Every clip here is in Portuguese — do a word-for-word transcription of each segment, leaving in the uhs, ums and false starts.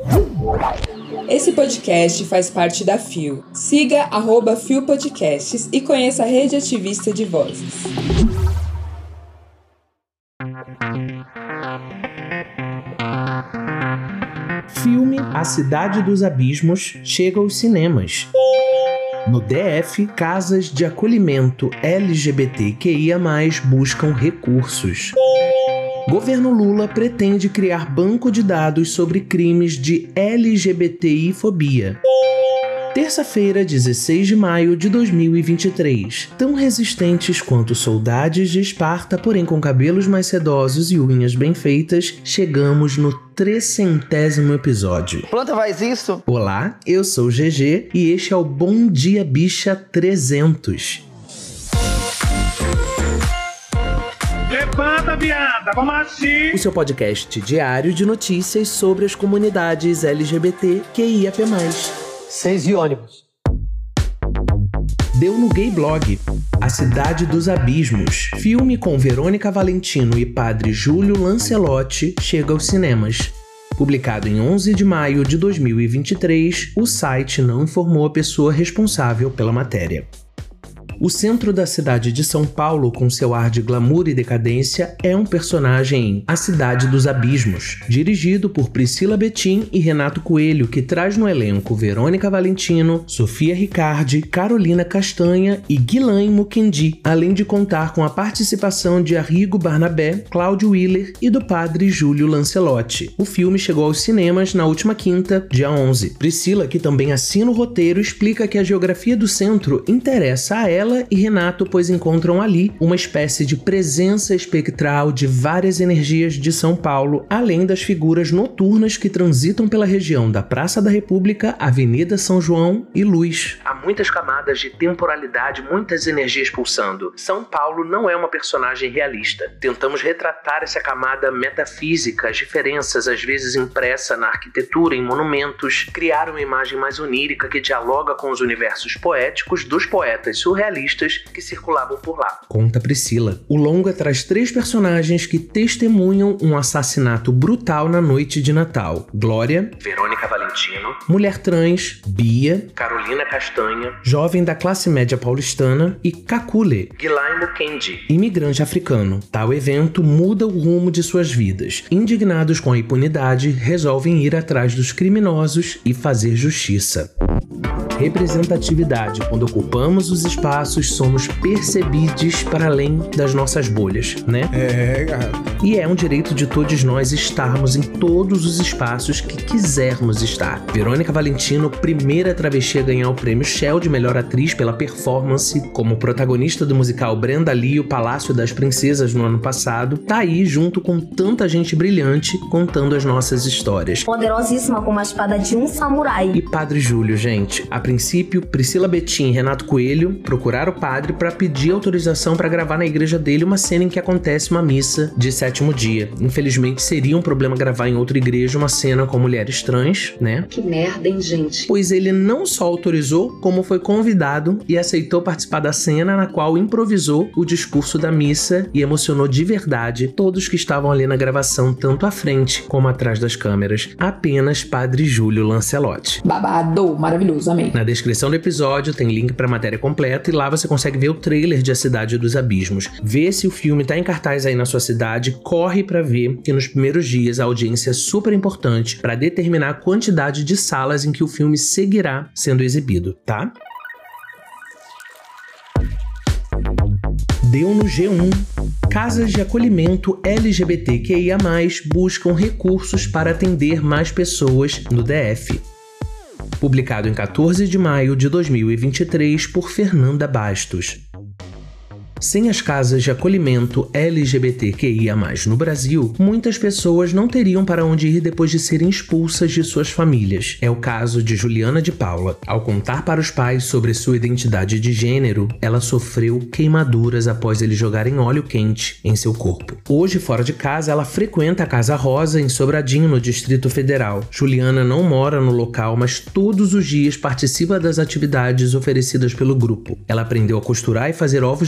Esse podcast faz parte da F I O. Siga arroba F I O Podcasts e conheça a rede ativista de vozes. Filme A Cidade dos Abismos chega aos cinemas. No D F, casas de acolhimento L G B T Q I A mais, buscam recursos. Governo Lula pretende criar banco de dados sobre crimes de L G B T I-fobia. Terça-feira, dezesseis de maio de dois mil e vinte e três. Tão resistentes quanto soldados de Esparta, porém com cabelos mais sedosos e unhas bem feitas, chegamos no trecentésimo episódio. Planta faz isso? Olá, eu sou o G G e este é o Bom Dia Bicha trezentos. Levanta, viada, vamos assim! O seu podcast diário de notícias sobre as comunidades L G B T Q I A P mais. Seis e ônibus. Deu no Gay Blog. A Cidade dos Abismos. Filme com Verônica Valentino e Padre Júlio Lancelotti chega aos cinemas. Publicado em onze de maio de dois mil e vinte e três, o site não informou a pessoa responsável pela matéria. O centro da cidade de São Paulo, com seu ar de glamour e decadência, é um personagem em A Cidade dos Abismos, dirigido por Priscila Betim e Renato Coelho, que traz no elenco Verônica Valentino, Sofia Riccardi, Carolina Castanha e Guilaine Mukendi, além de contar com a participação de Arrigo Barnabé, Cláudio Willer e do padre Júlio Lancelotti. O filme chegou aos cinemas na última quinta, dia onze. Priscila, que também assina o roteiro, explica que a geografia do centro interessa a ela e Renato, pois encontram ali uma espécie de presença espectral de várias energias de São Paulo, além das figuras noturnas que transitam pela região da Praça da República, Avenida São João e Luz. Há muitas camadas de temporalidade, muitas energias pulsando. São Paulo não é uma personagem realista. Tentamos retratar essa camada metafísica, as diferenças às vezes impressa na arquitetura, em monumentos, criar uma imagem mais onírica que dialoga com os universos poéticos dos poetas surrealistas que circulavam por lá. Conta Priscila. O longa traz três personagens que testemunham um assassinato brutal na noite de Natal. Glória, Verônica Valentino, mulher trans, Bia, Carolina Castanha, jovem da classe média paulistana, e Kakule, Guilaine Mukendi, imigrante africano. Tal evento muda o rumo de suas vidas. Indignados com a impunidade, resolvem ir atrás dos criminosos e fazer justiça. Representatividade. Quando ocupamos os espaços, somos percebidos para além das nossas bolhas, né? É, cara. E é um direito de todos nós estarmos em todos os espaços que quisermos estar. Verônica Valentino, primeira travesti a ganhar o prêmio Shell de melhor atriz pela performance, como protagonista do musical Brenda Lee e o Palácio das Princesas no ano passado, tá aí junto com tanta gente brilhante contando as nossas histórias. Poderosíssima como a espada de um samurai. E Padre Júlio, gente. A princípio, Priscila Betim e Renato Coelho procuraram o padre para pedir autorização para gravar na igreja dele uma cena em que acontece uma missa de sétimo dia. Infelizmente, seria um problema gravar em outra igreja uma cena com mulheres trans, né? Que merda, hein, gente? Pois ele não só autorizou, como foi convidado e aceitou participar da cena na qual improvisou o discurso da missa e emocionou de verdade todos que estavam ali na gravação, tanto à frente como atrás das câmeras. Apenas Padre Júlio Lancelotti. Babado, maravilhoso, amém. Na descrição do episódio tem link para a matéria completa e lá você consegue ver o trailer de A Cidade dos Abismos. Vê se o filme tá em cartaz aí na sua cidade, corre para ver que nos primeiros dias a audiência é super importante para determinar a quantidade de salas em que o filme seguirá sendo exibido, tá? Deu no G um. Casas de acolhimento L G B T Q I A mais, buscam recursos para atender mais pessoas no D F. Publicado em quatorze de maio de dois mil e vinte e três por Fernanda Bastos. Sem as casas de acolhimento L G B T Q I A mais, no Brasil, muitas pessoas não teriam para onde ir depois de serem expulsas de suas famílias. É o caso de Juliana de Paula. Ao contar para os pais sobre sua identidade de gênero, ela sofreu queimaduras após eles jogarem óleo quente em seu corpo. Hoje, fora de casa, ela frequenta a Casa Rosa em Sobradinho, no Distrito Federal. Juliana não mora no local, mas todos os dias participa das atividades oferecidas pelo grupo. Ela aprendeu a costurar e fazer ovos de Páscoa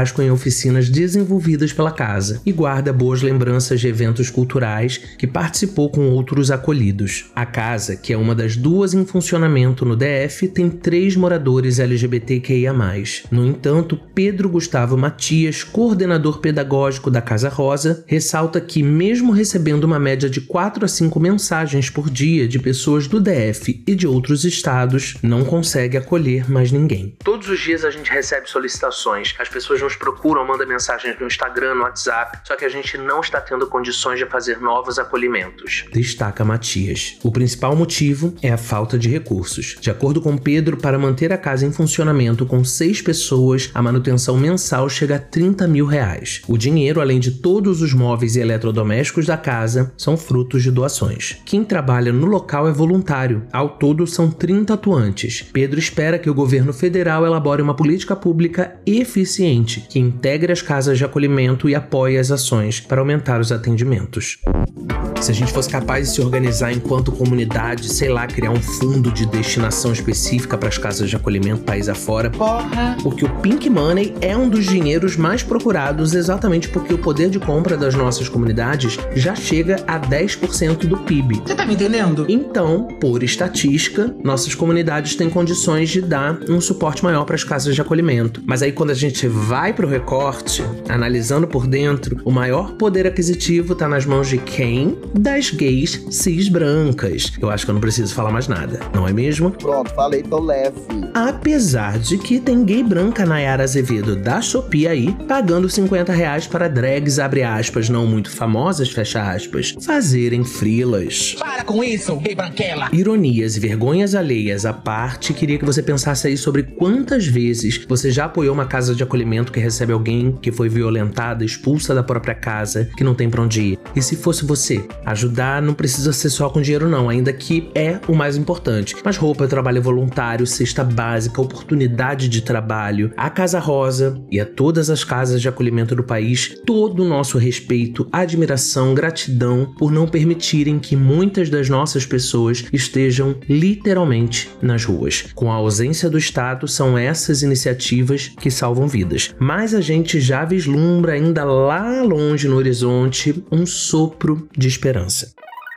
churrasco em oficinas desenvolvidas pela casa e guarda boas lembranças de eventos culturais que participou com outros acolhidos. A casa, que é uma das duas em funcionamento no D F, tem três moradores L G B T Q I A mais. No entanto, Pedro Gustavo Matias, coordenador pedagógico da Casa Rosa, ressalta que, mesmo recebendo uma média de quatro a cinco mensagens por dia de pessoas do D F e de outros estados, não consegue acolher mais ninguém. Todos os dias a gente recebe solicitações, as pessoas nos procuram, mandam mensagens no Instagram, no WhatsApp, só que a gente não está tendo condições de fazer novos acolhimentos, destaca Matias. O principal motivo é a falta de recursos. De acordo com Pedro, para manter a casa em funcionamento com seis pessoas, a manutenção mensal chega a trinta mil reais. O dinheiro, além de todos os móveis e eletrodomésticos da casa, são frutos de doações. Quem trabalha no local é voluntário. Ao todo, são trinta atuantes. Pedro espera que o governo federal elabore uma política pública eficiente que integre as casas de acolhimento e apoie as ações para aumentar os atendimentos. Se a gente fosse capaz de se organizar enquanto comunidade, sei lá, criar um fundo de destinação específica para as casas de acolhimento país afora, porra! Porque o Pink Money é um dos dinheiros mais procurados exatamente porque o poder de compra das nossas comunidades já chega a dez por cento do P I B. Você tá me entendendo? Então, por estatística, nossas comunidades têm condições de dar um suporte maior para as casas de acolhimento. Mas aí quando a gente vai pro recorte, analisando por dentro, o maior poder aquisitivo tá nas mãos de quem? Das gays cis brancas. Eu acho que eu não preciso falar mais nada, não é mesmo? Pronto, falei, tô leve. Apesar de que tem gay branca Nayara Azevedo da Shopee aí, pagando cinquenta reais para drags, abre aspas, não muito famosas, fecha aspas, fazerem frilas. Para com isso, gay branquela! Ironias e vergonhas alheias à parte, queria que você pensasse aí sobre quantas vezes você já apoiou uma casa de acolhimento que recebe alguém que foi violentada, expulsa da própria casa, que não tem pra onde ir. E se fosse você? Ajudar não precisa ser só com dinheiro não, ainda que é o mais importante. Mas roupa, trabalho voluntário, cesta básica, oportunidade de trabalho, a Casa Rosa e a todas as casas de acolhimento do país, todo o nosso respeito, admiração, gratidão por não permitirem que muitas das nossas pessoas estejam literalmente nas ruas. Com a ausência do Estado, são essas iniciativas que salvam vidas. Mas a gente já vislumbra ainda lá longe no horizonte um sopro de esperança.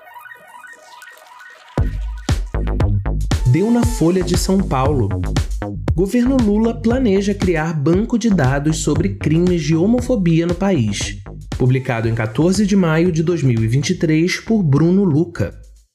Deu na Folha de São Paulo. Governo Lula planeja criar banco de dados sobre crimes de homofobia no país. Publicado em quatorze de maio de dois mil e vinte e três por Bruno Luca.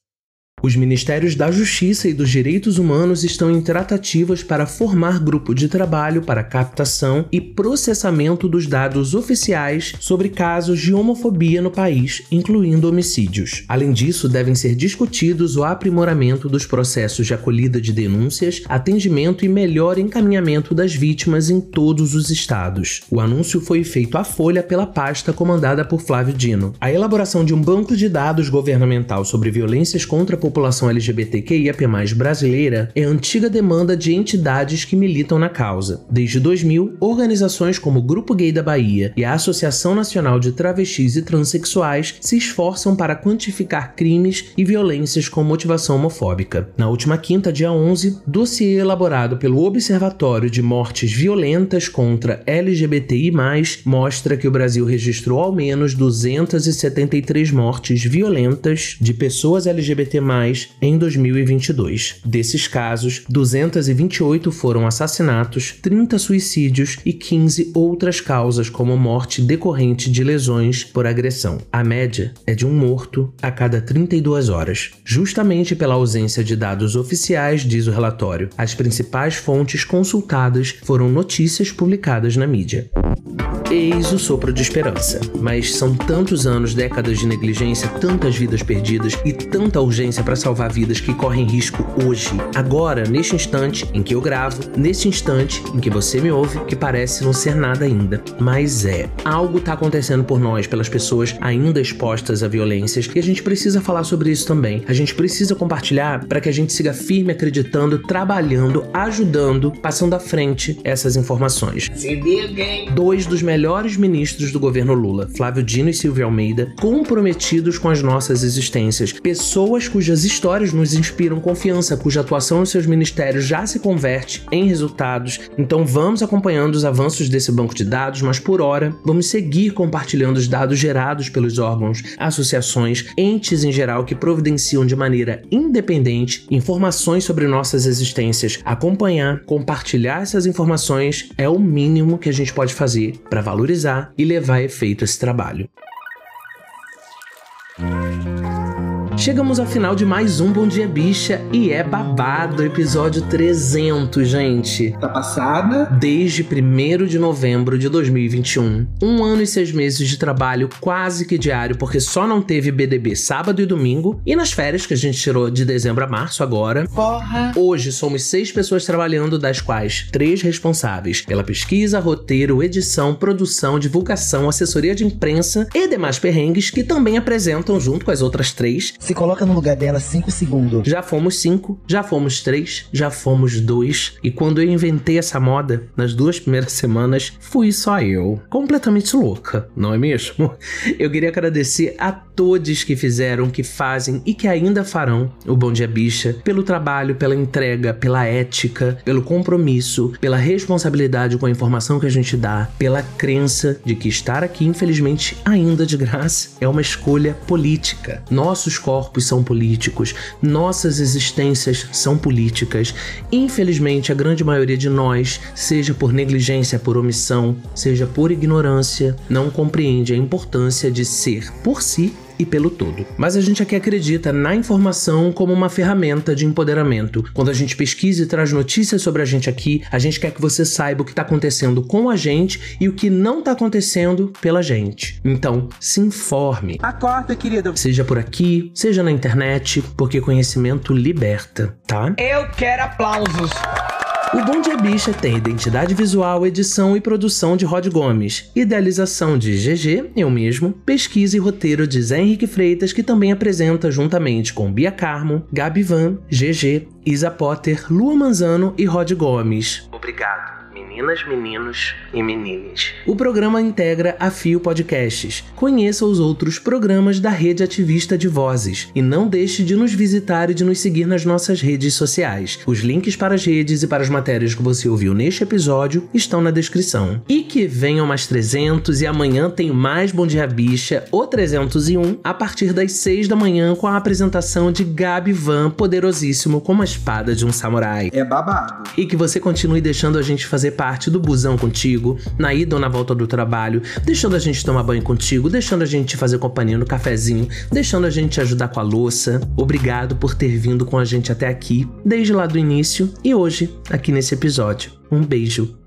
Os Ministérios da Justiça e dos Direitos Humanos estão em tratativas para formar grupo de trabalho para captação e processamento dos dados oficiais sobre casos de homofobia no país, incluindo homicídios. Além disso, devem ser discutidos o aprimoramento dos processos de acolhida de denúncias, atendimento e melhor encaminhamento das vítimas em todos os estados. O anúncio foi feito à Folha pela pasta comandada por Flávio Dino. A elaboração de um banco de dados governamental sobre violências contra a população L G B T Q I A P mais, brasileira é antiga demanda de entidades que militam na causa. Desde dois mil, organizações como o Grupo Gay da Bahia e a Associação Nacional de Travestis e Transsexuais se esforçam para quantificar crimes e violências com motivação homofóbica. Na última quinta, dia onze, dossiê elaborado pelo Observatório de Mortes Violentas contra L G B T I mais, mostra que o Brasil registrou ao menos duzentas e setenta e três mortes violentas de pessoas L G B T mais, em dois mil e vinte e dois. Desses casos, duzentos e vinte e oito foram assassinatos, trinta suicídios e quinze outras causas como morte decorrente de lesões por agressão. A média é de um morto a cada trinta e duas horas. Justamente pela ausência de dados oficiais, diz o relatório, as principais fontes consultadas foram notícias publicadas na mídia. Eis o sopro de esperança. Mas são tantos anos, décadas de negligência, tantas vidas perdidas e tanta urgência para salvar vidas que correm risco hoje, agora, neste instante em que eu gravo, neste instante em que você me ouve, que parece não ser nada ainda. Mas é. Algo tá acontecendo por nós, pelas pessoas ainda expostas a violências, e a gente precisa falar sobre isso também. A gente precisa compartilhar para que a gente siga firme, acreditando, trabalhando, ajudando, passando à frente essas informações. Se liga, hein? Dois dos melhores melhores ministros do governo Lula, Flávio Dino e Silvio Almeida, comprometidos com as nossas existências, pessoas cujas histórias nos inspiram confiança, cuja atuação nos seus ministérios já se converte em resultados. Então vamos acompanhando os avanços desse banco de dados, mas por hora vamos seguir compartilhando os dados gerados pelos órgãos, associações, entes em geral que providenciam de maneira independente informações sobre nossas existências. Acompanhar, compartilhar essas informações é o mínimo que a gente pode fazer para valorizar e levar a efeito esse trabalho. Chegamos ao final de mais um Bom Dia Bicha e é babado, episódio trezentos, gente. Tá passada? Desde primeiro de novembro de dois mil e vinte e um. Um ano e seis meses de trabalho quase que diário, porque só não teve B D B sábado e domingo. E nas férias, que a gente tirou de dezembro a março agora. Porra! Hoje somos seis pessoas trabalhando, das quais três responsáveis pela pesquisa, roteiro, edição, produção, divulgação, assessoria de imprensa e demais perrengues que também apresentam junto com as outras três. Se coloca no lugar dela cinco segundos. Já fomos cinco, já fomos três, já fomos dois. E quando eu inventei essa moda, nas duas primeiras semanas, fui só eu. Completamente louca, não é mesmo? Eu queria agradecer a todos que fizeram, que fazem e que ainda farão o Bom Dia Bicha, pelo trabalho, pela entrega, pela ética, pelo compromisso, pela responsabilidade com a informação que a gente dá, pela crença de que estar aqui, infelizmente, ainda de graça, é uma escolha política. Nossos corpos são políticos, nossas existências são políticas. Infelizmente, a grande maioria de nós, seja por negligência, por omissão, seja por ignorância, não compreende a importância de ser por si e pelo todo. Mas a gente aqui acredita na informação como uma ferramenta de empoderamento. Quando a gente pesquisa e traz notícias sobre a gente aqui, a gente quer que você saiba o que está acontecendo com a gente e o que não está acontecendo pela gente. Então, se informe. Acorda, querida. Seja por aqui, seja na internet, porque conhecimento liberta, tá? Eu quero aplausos. O Bom Dia Bicha tem identidade visual, edição e produção de Rod Gomes, idealização de G G, eu mesmo, pesquisa e roteiro de Zé Henrique Freitas, que também apresenta juntamente com Bia Carmo, Gabi Van, G G, Isa Potter, Lua Manzano e Rod Gomes. Obrigado. Meninas, meninos e menines. O programa integra a Fio Podcasts. Conheça os outros programas da Rede Ativista de Vozes. E não deixe de nos visitar e de nos seguir nas nossas redes sociais. Os links para as redes e para as matérias que você ouviu neste episódio estão na descrição. E que venham mais trezentos e amanhã tem mais Bom Dia Bicha, o trezentos e um, a partir das seis da manhã com a apresentação de Gabi Van, poderosíssimo como a espada de um samurai. É babado. E que você continue deixando a gente fazer parte parte do busão contigo, na ida ou na volta do trabalho, deixando a gente tomar banho contigo, deixando a gente fazer companhia no cafezinho, deixando a gente te ajudar com a louça. Obrigado por ter vindo com a gente até aqui, desde lá do início e hoje, aqui nesse episódio. Um beijo